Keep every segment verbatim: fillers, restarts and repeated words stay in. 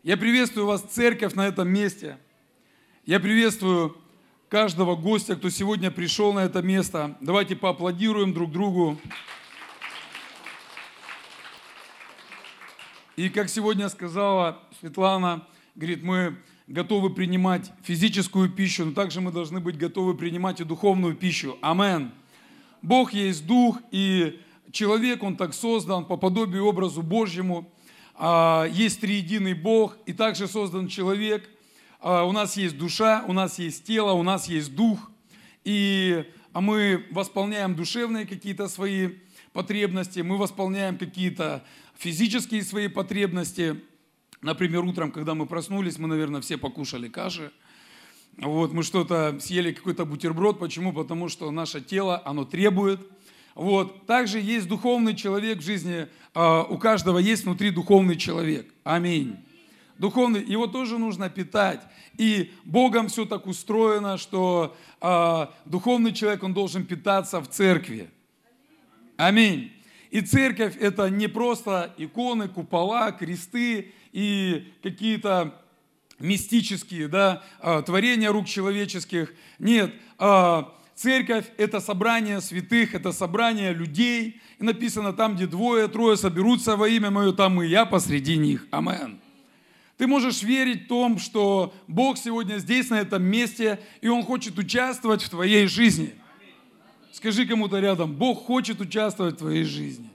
Я приветствую вас, церковь, на этом месте. Я приветствую каждого гостя, кто сегодня пришел на это место. Давайте поаплодируем друг другу. И как сегодня сказала Светлана, говорит, мы готовы принимать физическую пищу, но также мы должны быть готовы принимать и духовную пищу. Амен. Бог есть Дух, и человек, он так создан по подобию и образу Божьему. Есть триединый Бог, и также создан человек. У нас есть душа, у нас есть тело, у нас есть дух. И мы восполняем душевные какие-то свои потребности, мы восполняем какие-то физические свои потребности. Например, утром, когда мы проснулись, мы, наверное, все покушали каши. Вот, мы что-то съели, какой-то бутерброд. Почему? Потому что наше тело, оно требует. Вот. Также есть духовный человек в жизни. У каждого есть внутри духовный человек. Аминь. Духовный, его тоже нужно питать. И Богом все так устроено, что духовный человек, он должен питаться в церкви. Аминь. И церковь – это не просто иконы, купола, кресты и какие-то мистические, да, творения рук человеческих. Нет, церковь – это собрание святых, это собрание людей. И написано, там, где двое, трое соберутся во имя Мое, там и я посреди них. Амен. Ты можешь верить в том, что Бог сегодня здесь, на этом месте, и Он хочет участвовать в твоей жизни. Скажи кому-то рядом, Бог хочет участвовать в твоей жизни.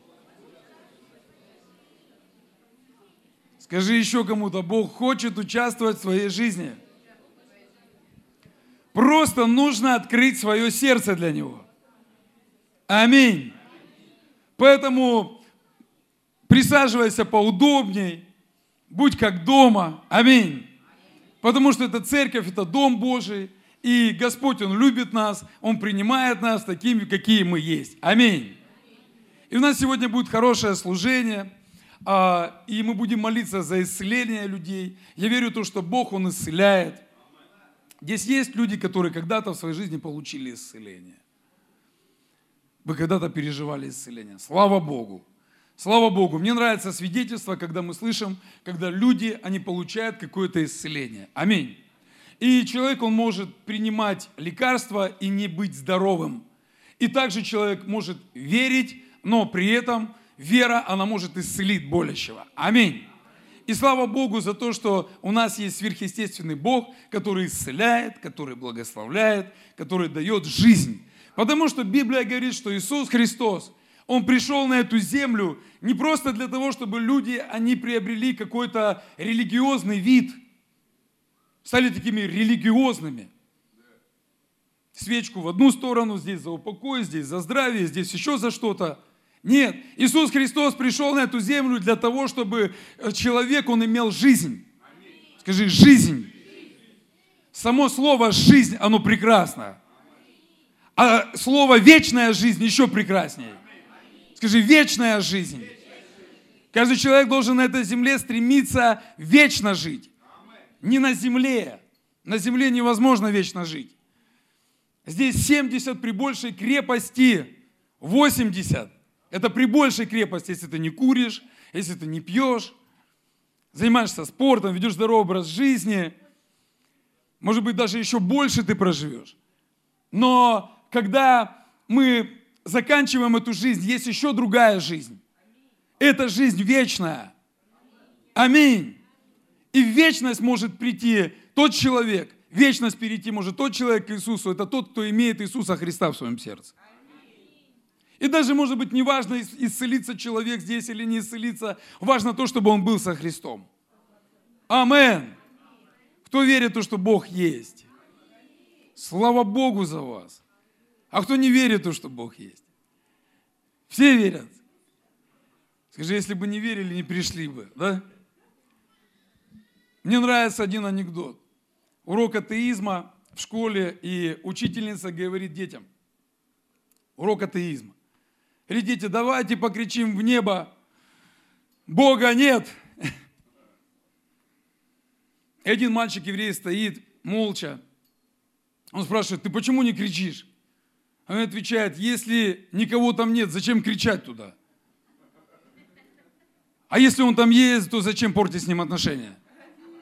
Скажи еще кому-то, Бог хочет участвовать в твоей жизни. Просто нужно открыть свое сердце для Него. Аминь. Поэтому присаживайся поудобней, будь как дома. Аминь. Потому что это церковь, это дом Божий. И Господь, Он любит нас, Он принимает нас такими, какие мы есть. Аминь. И у нас сегодня будет хорошее служение, и мы будем молиться за исцеление людей. Я верю в то, что Бог, Он исцеляет. Здесь есть люди, которые когда-то в своей жизни получили исцеление. Вы когда-то переживали исцеление. Слава Богу. Слава Богу. Мне нравится свидетельство, когда мы слышим, когда люди, они получают какое-то исцеление. Аминь. И человек, он может принимать лекарства и не быть здоровым. И также человек может верить, но при этом вера, она может исцелить болящего. Аминь. И слава Богу за то, что у нас есть сверхъестественный Бог, который исцеляет, который благословляет, который дает жизнь. Потому что Библия говорит, что Иисус Христос, Он пришел на эту землю не просто для того, чтобы люди, они приобрели какой-то религиозный вид, стали такими религиозными. Свечку в одну сторону, здесь за упокой, здесь за здравие, здесь еще за что-то. Нет, Иисус Христос пришел на эту землю для того, чтобы человек, он имел жизнь. Скажи, жизнь. Само слово «жизнь», оно прекрасно. А слово «вечная жизнь» еще прекраснее. Скажи, вечная жизнь. Каждый человек должен на этой земле стремиться вечно жить. Не на земле. На земле невозможно вечно жить. Здесь семьдесят при большей крепости. восемьдесят. Это при большей крепости, если ты не куришь, если ты не пьешь, занимаешься спортом, ведешь здоровый образ жизни. Может быть, даже еще больше ты проживешь. Но когда мы заканчиваем эту жизнь, есть еще другая жизнь. Это жизнь вечная. Аминь. И в вечность может прийти тот человек, в вечность перейти может тот человек к Иисусу, это тот, кто имеет Иисуса Христа в своем сердце. И даже, может быть, не важно, исцелится человек здесь или не исцелится, важно то, чтобы он был со Христом. Амен. Кто верит в то, что Бог есть? Слава Богу за вас. А кто не верит в то, что Бог есть? Все верят. Скажи, если бы не верили, не пришли бы, да? Мне нравится один анекдот. Урок атеизма в школе, и учительница говорит детям. Урок атеизма. Говорит, дети, давайте покричим в небо, Бога нет. И один мальчик еврей стоит молча. Он спрашивает, ты почему не кричишь? Он отвечает, если никого там нет, зачем кричать туда? А если он там есть, то зачем портить с ним отношения?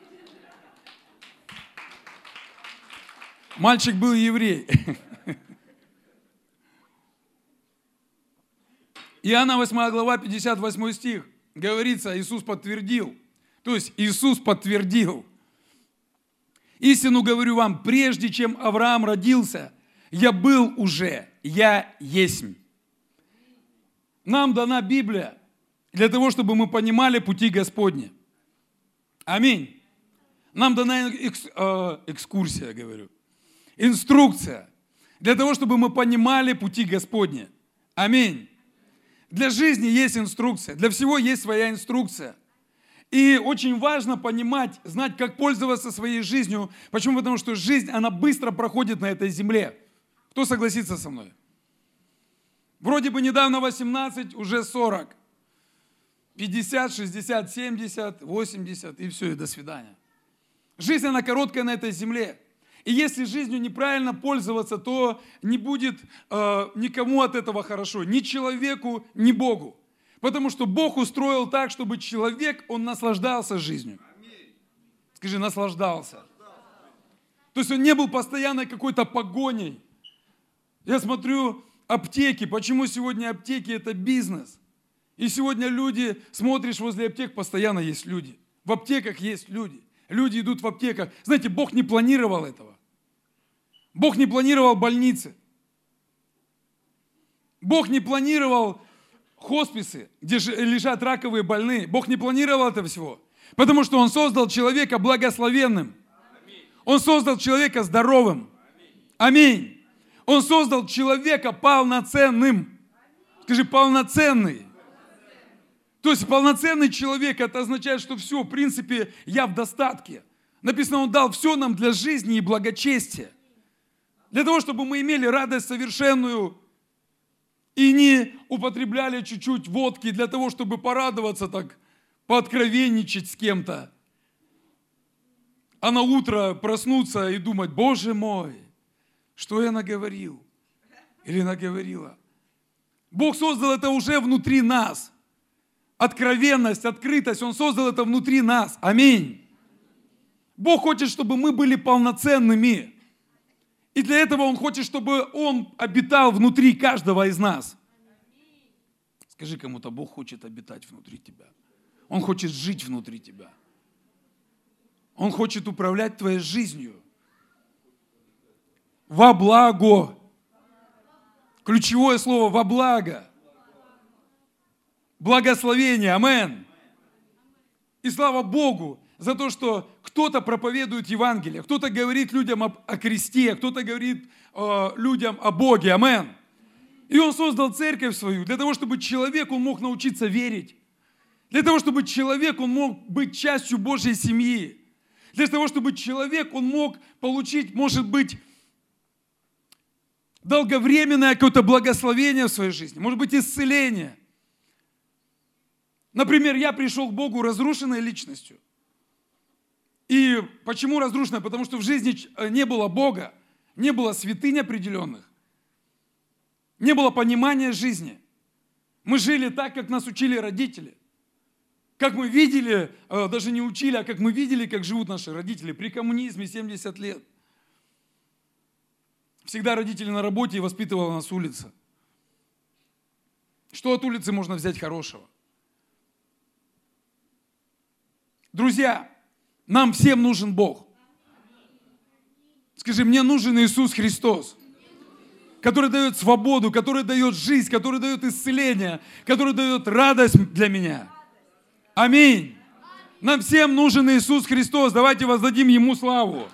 Мальчик был еврей. Иоанна восьмая глава, пятьдесят восьмой стих. Говорится, Иисус подтвердил. То есть Иисус подтвердил. Истину говорю вам, прежде чем Авраам родился, я был уже, я есмь. Нам дана Библия для того, чтобы мы понимали пути Господни. Аминь. Нам дана экс, э, экскурсия, говорю, инструкция для того, чтобы мы понимали пути Господни. Аминь. Для жизни есть инструкция, для всего есть своя инструкция. И очень важно понимать, знать, как пользоваться своей жизнью. Почему? Потому что жизнь, она быстро проходит на этой земле. Кто согласится со мной? Вроде бы недавно восемнадцать, уже сорок. пятьдесят, шестьдесят, семьдесят, восемьдесят и все, и до свидания. Жизнь, она короткая на этой земле. И если жизнью неправильно пользоваться, то не будет э, никому от этого хорошо. Ни человеку, ни Богу. Потому что Бог устроил так, чтобы человек, он наслаждался жизнью. Скажи, наслаждался. То есть он не был постоянной какой-то погоней. Я смотрю аптеки. Почему сегодня аптеки – это бизнес? И сегодня люди, смотришь возле аптек, постоянно есть люди. В аптеках есть люди. Люди идут в аптеках. Знаете, Бог не планировал этого. Бог не планировал больницы. Бог не планировал хосписы, где лежат раковые больные. Бог не планировал этого всего. Потому что Он создал человека благословенным. Он создал человека здоровым. Аминь. Он создал человека полноценным. Скажи, полноценный. То есть полноценный человек, это означает, что все, в принципе, я в достатке. Написано, Он дал все нам для жизни и благочестия. Для того, чтобы мы имели радость совершенную и не употребляли чуть-чуть водки для того, чтобы порадоваться так, пооткровенничать с кем-то. А на утро проснуться и думать, Боже мой, что я наговорил или наговорила. Бог создал это уже внутри нас. Откровенность, открытость, Он создал это внутри нас. Аминь. Бог хочет, чтобы мы были полноценными. И для этого Он хочет, чтобы Он обитал внутри каждого из нас. Скажи кому-то, Бог хочет обитать внутри тебя. Он хочет жить внутри тебя. Он хочет управлять твоей жизнью. Во благо. Ключевое слово во благо. Благословение. Амен. И слава Богу за то, что кто-то проповедует Евангелие, кто-то говорит людям об, о кресте, кто-то говорит э, людям о Боге. Амен. И Он создал церковь свою для того, чтобы человек он мог научиться верить. Для того, чтобы человек он мог быть частью Божьей семьи. Для того, чтобы человек он мог получить, может быть, долговременное какое-то благословение в своей жизни, может быть, исцеление. Например, я пришел к Богу разрушенной личностью. И почему разрушенной? Потому что в жизни не было Бога, не было святынь определенных, не было понимания жизни. Мы жили так, как нас учили родители. Как мы видели, даже не учили, а как мы видели, как живут наши родители при коммунизме семьдесят лет. Всегда родители на работе и воспитывала нас улица. Что от улицы можно взять хорошего? Друзья, нам всем нужен Бог. Скажи, мне нужен Иисус Христос, который дает свободу, который дает жизнь, который дает исцеление, который дает радость для меня. Аминь. Нам всем нужен Иисус Христос. Давайте воздадим Ему славу.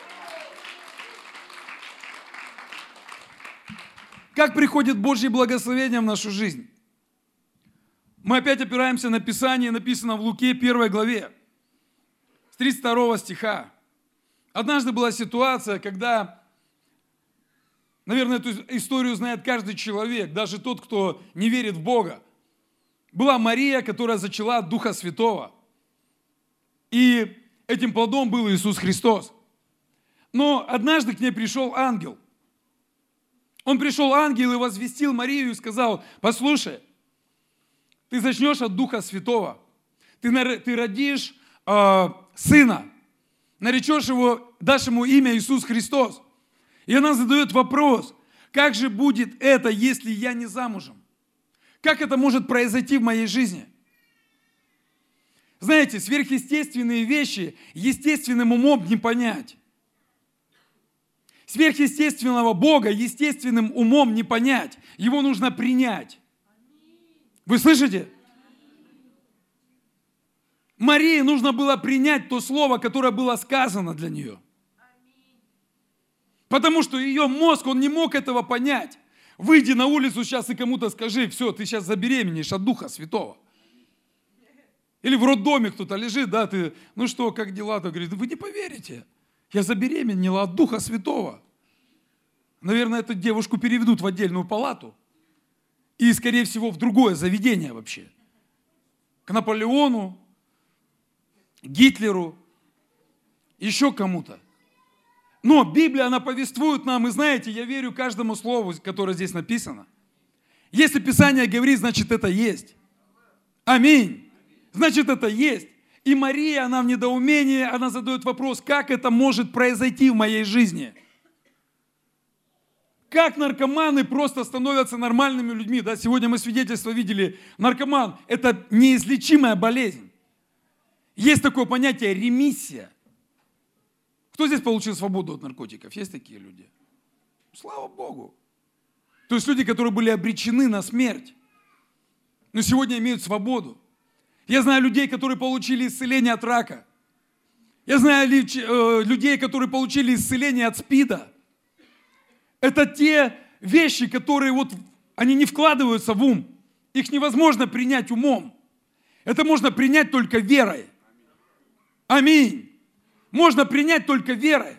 Как приходит Божье благословение в нашу жизнь? Мы опять опираемся на Писание, написано в Луке первой главе, с тридцать второго стиха. Однажды была ситуация, когда, наверное, эту историю знает каждый человек, даже тот, кто не верит в Бога. Была Мария, которая зачала от Духа Святого. И этим плодом был Иисус Христос. Но однажды к ней пришел ангел. Он пришел ангел и возвестил Марию и сказал: послушай, ты зачнешь от Духа Святого, ты, ты родишь э, сына, наречешь его, дашь ему имя Иисус Христос. И она задает вопрос, как же будет это, если я не замужем? Как это может произойти в моей жизни? Знаете, сверхъестественные вещи естественным умом не понять. Сверхъестественного Бога естественным умом не понять. Его нужно принять. Вы слышите? Марии нужно было принять то слово, которое было сказано для нее. Потому что ее мозг, он не мог этого понять. Выйди на улицу сейчас и кому-то скажи, все, ты сейчас забеременеешь от Духа Святого. Или в роддоме кто-то лежит, да, ты, ну что, как дела-то? Говорит, вы не поверите, я забеременела от Духа Святого. Наверное, эту девушку переведут в отдельную палату. И, скорее всего, в другое заведение вообще. К Наполеону, Гитлеру, еще кому-то. Но Библия, она повествует нам, и знаете, я верю каждому слову, которое здесь написано. Если Писание говорит, значит, это есть. Аминь. Значит, это есть. И Мария, она в недоумении, она задает вопрос, как это может произойти в моей жизни? Как наркоманы просто становятся нормальными людьми? Да, сегодня мы свидетельство видели. Наркоман – это неизлечимая болезнь. Есть такое понятие ремиссия. Кто здесь получил свободу от наркотиков? Есть такие люди? Слава Богу. То есть люди, которые были обречены на смерть, но сегодня имеют свободу. Я знаю людей, которые получили исцеление от рака. Я знаю людей, которые получили исцеление от СПИДа. Это те вещи, которые вот, они не вкладываются в ум. Их невозможно принять умом. Это можно принять только верой. Аминь. Можно принять только верой.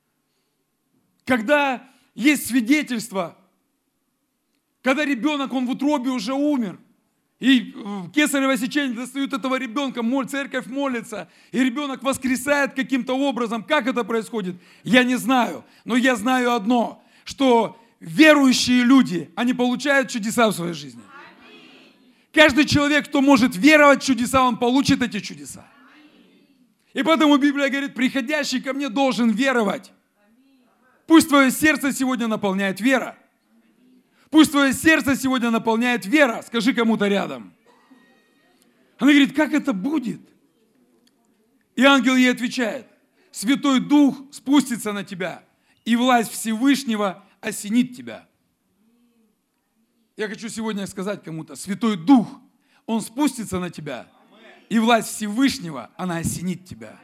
Когда есть свидетельство, когда ребенок, он в утробе уже умер, и в кесарево сечение достают этого ребенка, церковь молится, и ребенок воскресает каким-то образом. Как это происходит? Я не знаю. Но я знаю одно, что верующие люди, они получают чудеса в своей жизни. Каждый человек, кто может веровать в чудеса, он получит эти чудеса. И поэтому Библия говорит, приходящий ко мне должен веровать. Пусть твое сердце сегодня наполняет вера. Пусть твое сердце сегодня наполняет вера. Скажи кому-то рядом. Она говорит, как это будет? И ангел ей отвечает, Святой Дух спустится на тебя, и власть Всевышнего осенит тебя. Я хочу сегодня сказать кому-то, Святой Дух, Он спустится на тебя, и власть Всевышнего, она осенит тебя.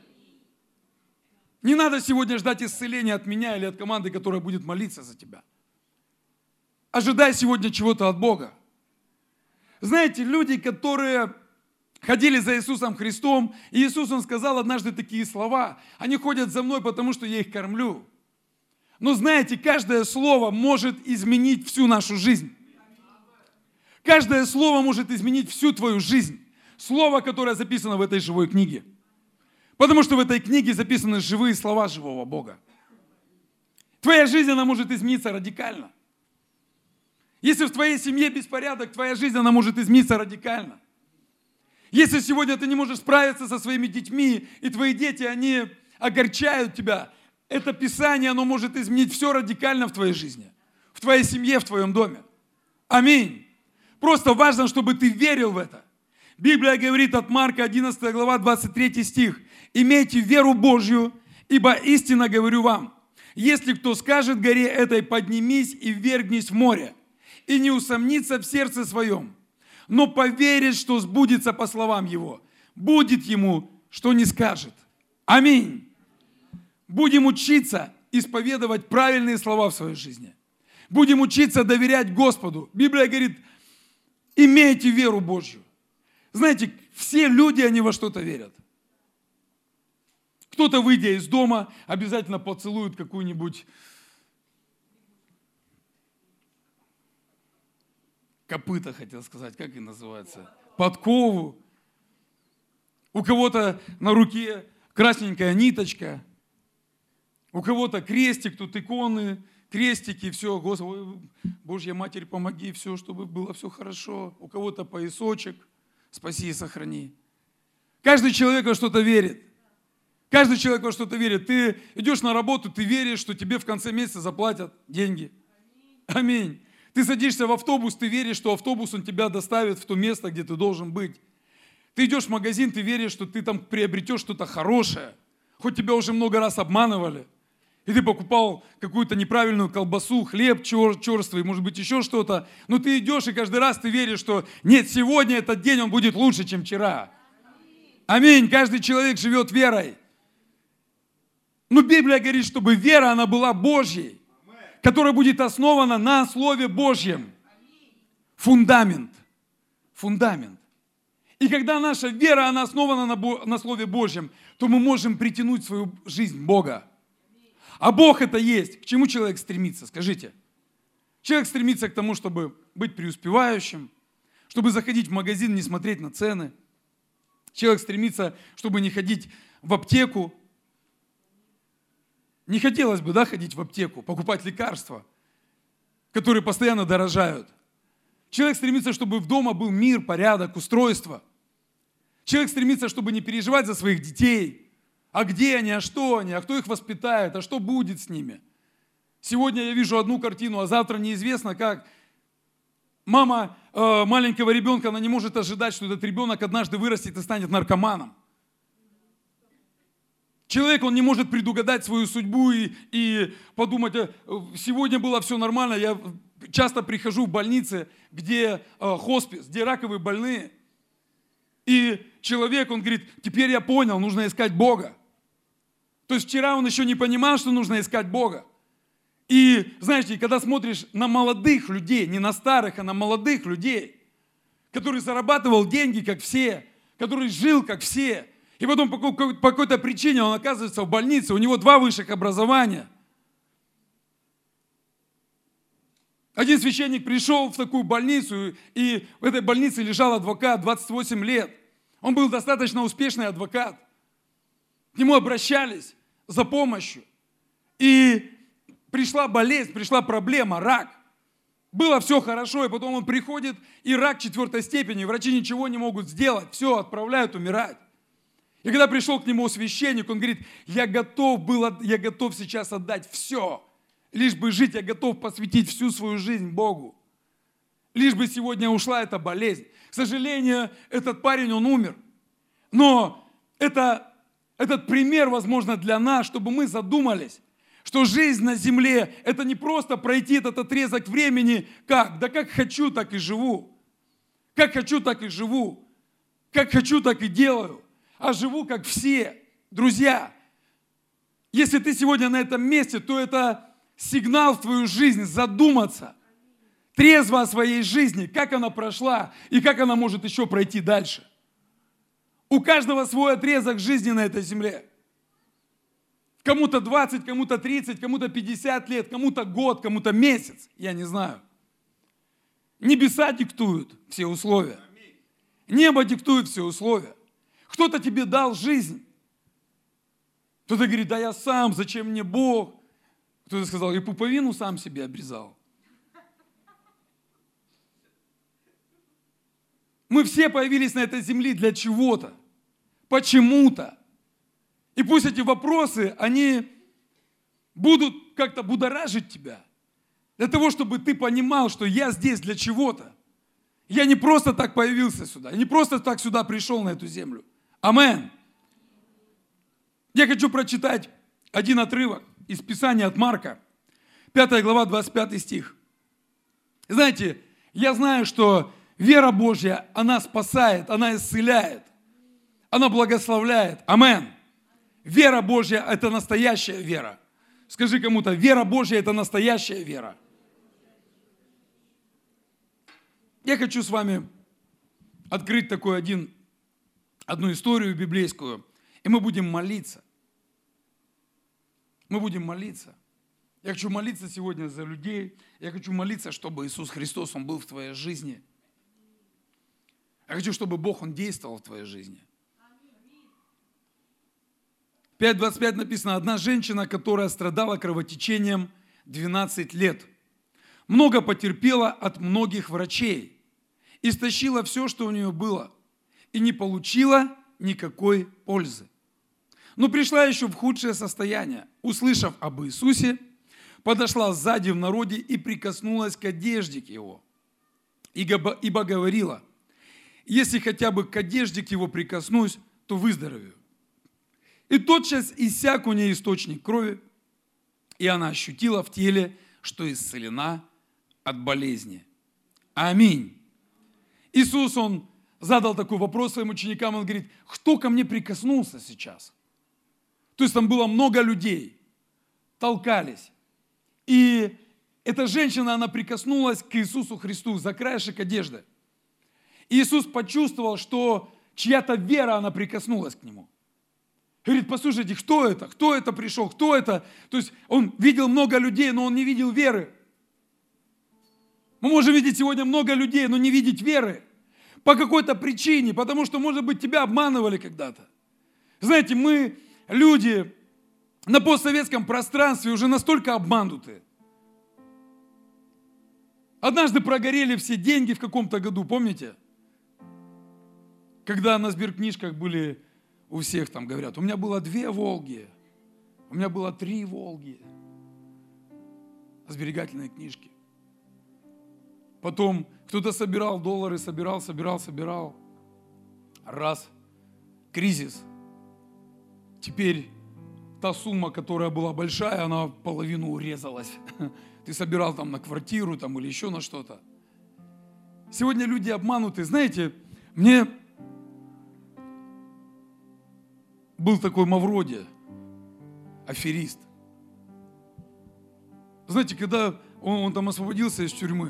Не надо сегодня ждать исцеления от меня или от команды, которая будет молиться за тебя. Ожидай сегодня чего-то от Бога. Знаете, люди, которые ходили за Иисусом Христом, и Иисус, Он сказал однажды такие слова, они ходят за мной, потому что я их кормлю. Но знаете, каждое слово может изменить всю нашу жизнь. Каждое слово может изменить всю твою жизнь. Слово, которое записано в этой живой книге. Потому что в этой книге записаны живые слова живого Бога. Твоя жизнь, она может измениться радикально. Если в твоей семье беспорядок, твоя жизнь, она может измениться радикально. Если сегодня ты не можешь справиться со своими детьми, и твои дети, они огорчают тебя, это Писание, оно может изменить все радикально в твоей жизни, в твоей семье, в твоем доме. Аминь. Просто важно, чтобы ты верил в это. Библия говорит от Марка, одиннадцатая глава, двадцать третий стих. «Имейте веру Божью, ибо истинно говорю вам, если кто скажет горе этой, поднимись и ввергнись в море, и не усомнится в сердце своем, но поверит, что сбудется по словам его, будет ему, что не скажет». Аминь. Будем учиться исповедовать правильные слова в своей жизни. Будем учиться доверять Господу. Библия говорит, имейте веру Божью. Знаете, все люди, они во что-то верят. Кто-то, выйдя из дома, обязательно поцелует какую-нибудь копыта, хотел сказать, как и называется, подкову. У кого-то на руке красненькая ниточка, у кого-то крестик, тут иконы, крестики, все, Господи, Божья Матерь, помоги, все, чтобы было все хорошо. У кого-то поясочек, спаси и сохрани. Каждый человек во что-то верит. Каждый человек во что-то верит. Ты идешь на работу, ты веришь, что тебе в конце месяца заплатят деньги. Аминь. Ты садишься в автобус, ты веришь, что автобус он тебя доставит в то место, где ты должен быть. Ты идешь в магазин, ты веришь, что ты там приобретешь что-то хорошее. Хоть тебя уже много раз обманывали. И ты покупал какую-то неправильную колбасу, хлеб чер- черствый, может быть, еще что-то. Но ты идешь, и каждый раз ты веришь, что нет, сегодня этот день, он будет лучше, чем вчера. Аминь. Каждый человек живет верой. Но Библия говорит, чтобы вера, она была Божьей, которая будет основана на Слове Божьем. Фундамент. Фундамент. И когда наша вера, она основана на, Бо- на Слове Божьем, то мы можем притянуть в свою жизнь Бога. А Бог это есть. К чему человек стремится? Скажите. Человек стремится к тому, чтобы быть преуспевающим, чтобы заходить в магазин, не смотреть на цены. Человек стремится, чтобы не ходить в аптеку. Не хотелось бы, да, ходить в аптеку, покупать лекарства, которые постоянно дорожают. Человек стремится, чтобы в дома был мир, порядок, устройство. Человек стремится, чтобы не переживать за своих детей. А где они, а что они, а кто их воспитает, а что будет с ними. Сегодня я вижу одну картину, а завтра неизвестно, как мама э, маленького ребенка, она не может ожидать, что этот ребенок однажды вырастет и станет наркоманом. Человек, он не может предугадать свою судьбу и, и подумать, сегодня было все нормально. Я часто прихожу в больницы, где э, хоспис, где раковые больные. И человек, он говорит, теперь я понял, нужно искать Бога. То есть вчера он еще не понимал, что нужно искать Бога. И, знаете, когда смотришь на молодых людей, не на старых, а на молодых людей, который зарабатывал деньги, как все, который жил, как все, и потом по какой-то причине он оказывается в больнице, у него два высших образования. Один священник пришел в такую больницу, и в этой больнице лежал адвокат, двадцать восемь лет. Он был достаточно успешный адвокат. К нему обращались за помощью. И пришла болезнь, пришла проблема, рак. Было все хорошо, и потом он приходит, и рак четвертой степени, врачи ничего не могут сделать, все, отправляют умирать. И когда пришел к нему священник, он говорит, я готов был, я готов сейчас отдать все, лишь бы жить, я готов посвятить всю свою жизнь Богу. Лишь бы сегодня ушла эта болезнь. К сожалению, этот парень, он умер. Но это, этот пример, возможно, для нас, чтобы мы задумались, что жизнь на земле – это не просто пройти этот отрезок времени, как? Да как хочу, так и живу. Как хочу, так и живу. Как хочу, так и делаю. А живу, как все. Друзья, если ты сегодня на этом месте, то это сигнал в твою жизнь задуматься трезво о своей жизни, как она прошла и как она может еще пройти дальше. У каждого свой отрезок жизни на этой земле. Кому-то двадцать, кому-то тридцать, кому-то пятьдесят лет, кому-то год, кому-то месяц, я не знаю. Небеса диктуют все условия. Небо диктует все условия. Кто-то тебе дал жизнь. Кто-то говорит, да я сам, зачем мне Бог? Кто-то сказал, и пуповину сам себе обрезал. Мы все появились на этой земле для чего-то, почему-то. И пусть эти вопросы, они будут как-то будоражить тебя. Для того, чтобы ты понимал, что я здесь для чего-то. Я не просто так появился сюда, я не просто так сюда пришел на эту землю. Амен. Я хочу прочитать один отрывок из Писания от Марка, пятая глава, двадцать пятый стих. Знаете, я знаю, что вера Божья, она спасает, она исцеляет, она благословляет. Амен. Вера Божья – это настоящая вера. Скажи кому-то, вера Божья – это настоящая вера. Я хочу с вами открыть такой один, одну историю библейскую, и мы будем молиться. Мы будем молиться. Я хочу молиться сегодня за людей. Я хочу молиться, чтобы Иисус Христос, Он был в твоей жизни. Я хочу, чтобы Бог, Он действовал в твоей жизни. пять двадцать пять написано, одна женщина, которая страдала кровотечением двенадцать лет, много потерпела от многих врачей, истощила все, что у нее было, и не получила никакой пользы. но пришла еще в худшее состояние. Услышав об Иисусе, подошла сзади в народе и прикоснулась к одежде его, ибо, ибо говорила: если хотя бы к одежде к его прикоснусь, то выздоровею. И тотчас иссяк у нее источник крови, и она ощутила в теле, что исцелена от болезни. Аминь. Иисус, Он задал такой вопрос своим ученикам, Он говорит: кто ко мне прикоснулся сейчас? То есть там было много людей, толкались. И эта женщина, она прикоснулась к Иисусу Христу за краешек одежды. И Иисус почувствовал, что чья-то вера, она прикоснулась к Нему. Говорит: послушайте, кто это? Кто это пришел? Кто это? То есть Он видел много людей, но Он не видел веры. Мы можем видеть сегодня много людей, но не видеть веры. По какой-то причине, потому что, может быть, тебя обманывали когда-то. Знаете, мы, люди на постсоветском пространстве, уже настолько обмануты. Однажды прогорели все деньги в каком-то году, помните? Когда на сберкнижках были у всех, там говорят: у меня было две Волги, у меня было три Волги, сберегательные книжки. Потом кто-то собирал доллары, собирал, собирал, собирал. Раз, кризис. Теперь та сумма, которая была большая, она половину урезалась. Ты собирал там на квартиру там, или еще на что-то. Сегодня люди обмануты. Знаете, мне был такой Мавроди, аферист. Знаете, когда он, он там освободился из тюрьмы,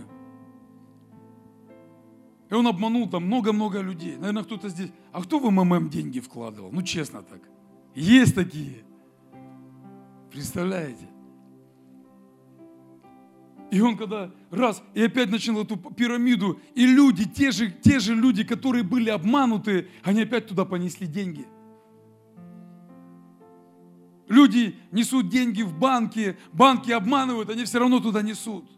и он обманул там много-много людей. Наверное, кто-то здесь. А кто в МММ деньги вкладывал? Ну, честно так. Есть такие. Представляете? И он когда раз, и опять начал эту пирамиду, и люди, те же, те же люди, которые были обмануты, они опять туда понесли деньги. Люди несут деньги в банки, банки обманывают, они все равно туда несут.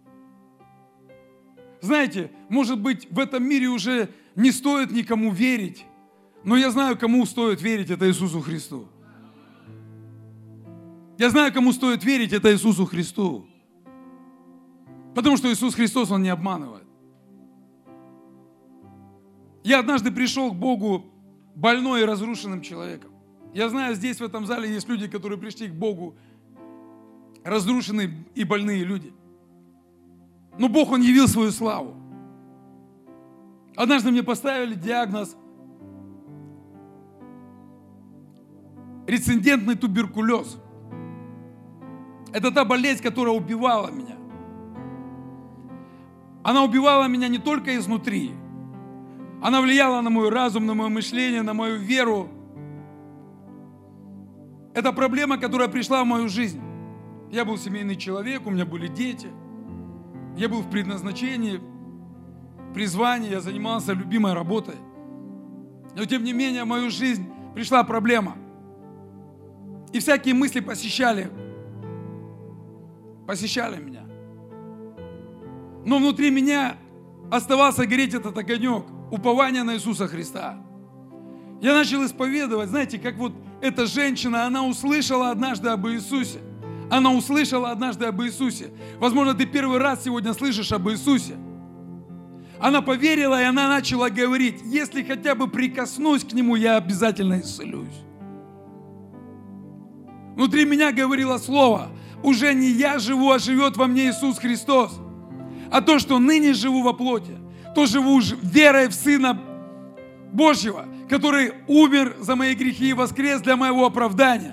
Знаете, может быть, в этом мире уже не стоит никому верить, но я знаю, кому стоит верить, это Иисусу Христу. Я знаю, кому стоит верить, это Иисусу Христу. Потому что Иисус Христос, Он не обманывает. Я однажды пришел к Богу больной и разрушенным человеком. Я знаю, здесь в этом зале есть люди, которые пришли к Богу разрушенные и больные люди. Но Бог, Он явил свою славу. Однажды мне поставили диагноз рецидентный туберкулез. Это та болезнь, которая убивала меня. Она убивала меня не только изнутри. Она влияла на мой разум, на мое мышление, на мою веру. Это проблема, которая пришла в мою жизнь. Я был семейный человек, у меня были дети. Я был в предназначении, призвании, я занимался любимой работой. Но тем не менее в мою жизнь пришла проблема. И всякие мысли посещали, посещали меня. Но внутри меня оставался гореть этот огонек, упования на Иисуса Христа. Я начал исповедовать, знаете, как вот эта женщина, она услышала однажды об Иисусе. Она услышала однажды об Иисусе. Возможно, ты первый раз сегодня слышишь об Иисусе. Она поверила, и она начала говорить: если хотя бы прикоснусь к Нему, я обязательно исцелюсь. Внутри меня говорило слово: уже не я живу, а живет во мне Иисус Христос. А то, что ныне живу во плоти, то живу верой в Сына Божьего, который умер за мои грехи и воскрес для моего оправдания.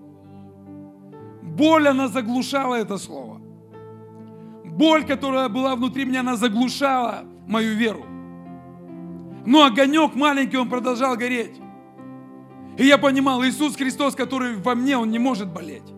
Боль, она заглушала это слово. Боль, которая была внутри меня, она заглушала мою веру. Но огонек маленький, он продолжал гореть. И я понимал, Иисус Христос, который во мне, Он не может болеть.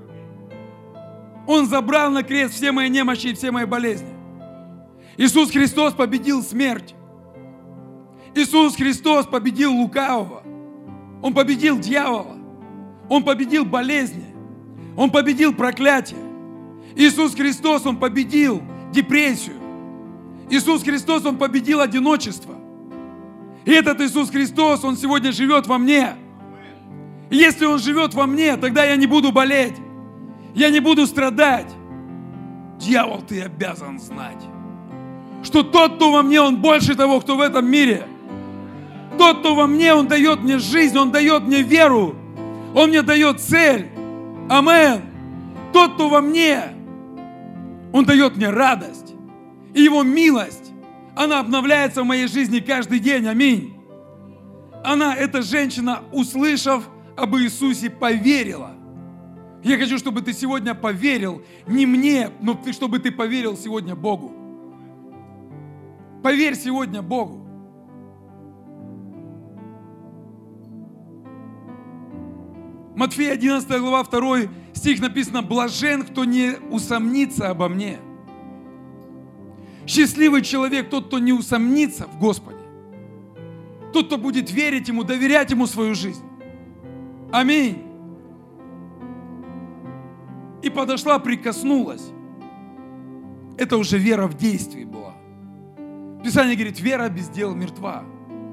Он забрал на крест все мои немощи и все мои болезни. Иисус Христос победил смерть. Иисус Христос победил лукавого. Он победил дьявола. Он победил болезни. Он победил проклятие. Иисус Христос, Он победил депрессию. Иисус Христос, Он победил одиночество. И этот Иисус Христос, Он сегодня живет во мне. И если Он живет во мне, тогда я не буду болеть. Я не буду страдать. Дьявол, ты обязан знать, что тот, кто во мне, он больше того, кто в этом мире. Тот, кто во мне, он дает мне жизнь, он дает мне веру, он мне дает цель. Амен. Тот, кто во мне, он дает мне радость. И его милость, она обновляется в моей жизни каждый день. Аминь. Она, эта женщина, услышав об Иисусе, поверила. Я хочу, чтобы ты сегодня поверил не мне, но чтобы ты поверил сегодня Богу. Поверь сегодня Богу. Матфея одиннадцатая глава, второй стих написано: «Блажен, кто не усомнится обо мне». Счастливый человек тот, кто не усомнится в Господе. Тот, кто будет верить Ему, доверять Ему свою жизнь. Аминь. И подошла, прикоснулась. Это уже вера в действии была. Писание говорит, вера без дел мертва.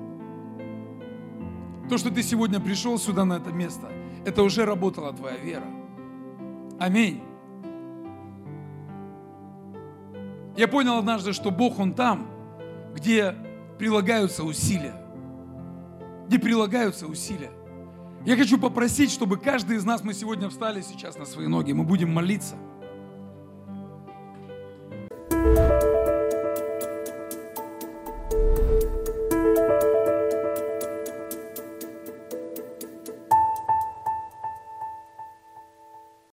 То, что ты сегодня пришел сюда, на это место, это уже работала твоя вера. Аминь. Я понял однажды, что Бог, Он там, где прилагаются усилия. Где прилагаются усилия. Я хочу попросить, чтобы каждый из нас, мы сегодня встали сейчас на свои ноги, мы будем молиться.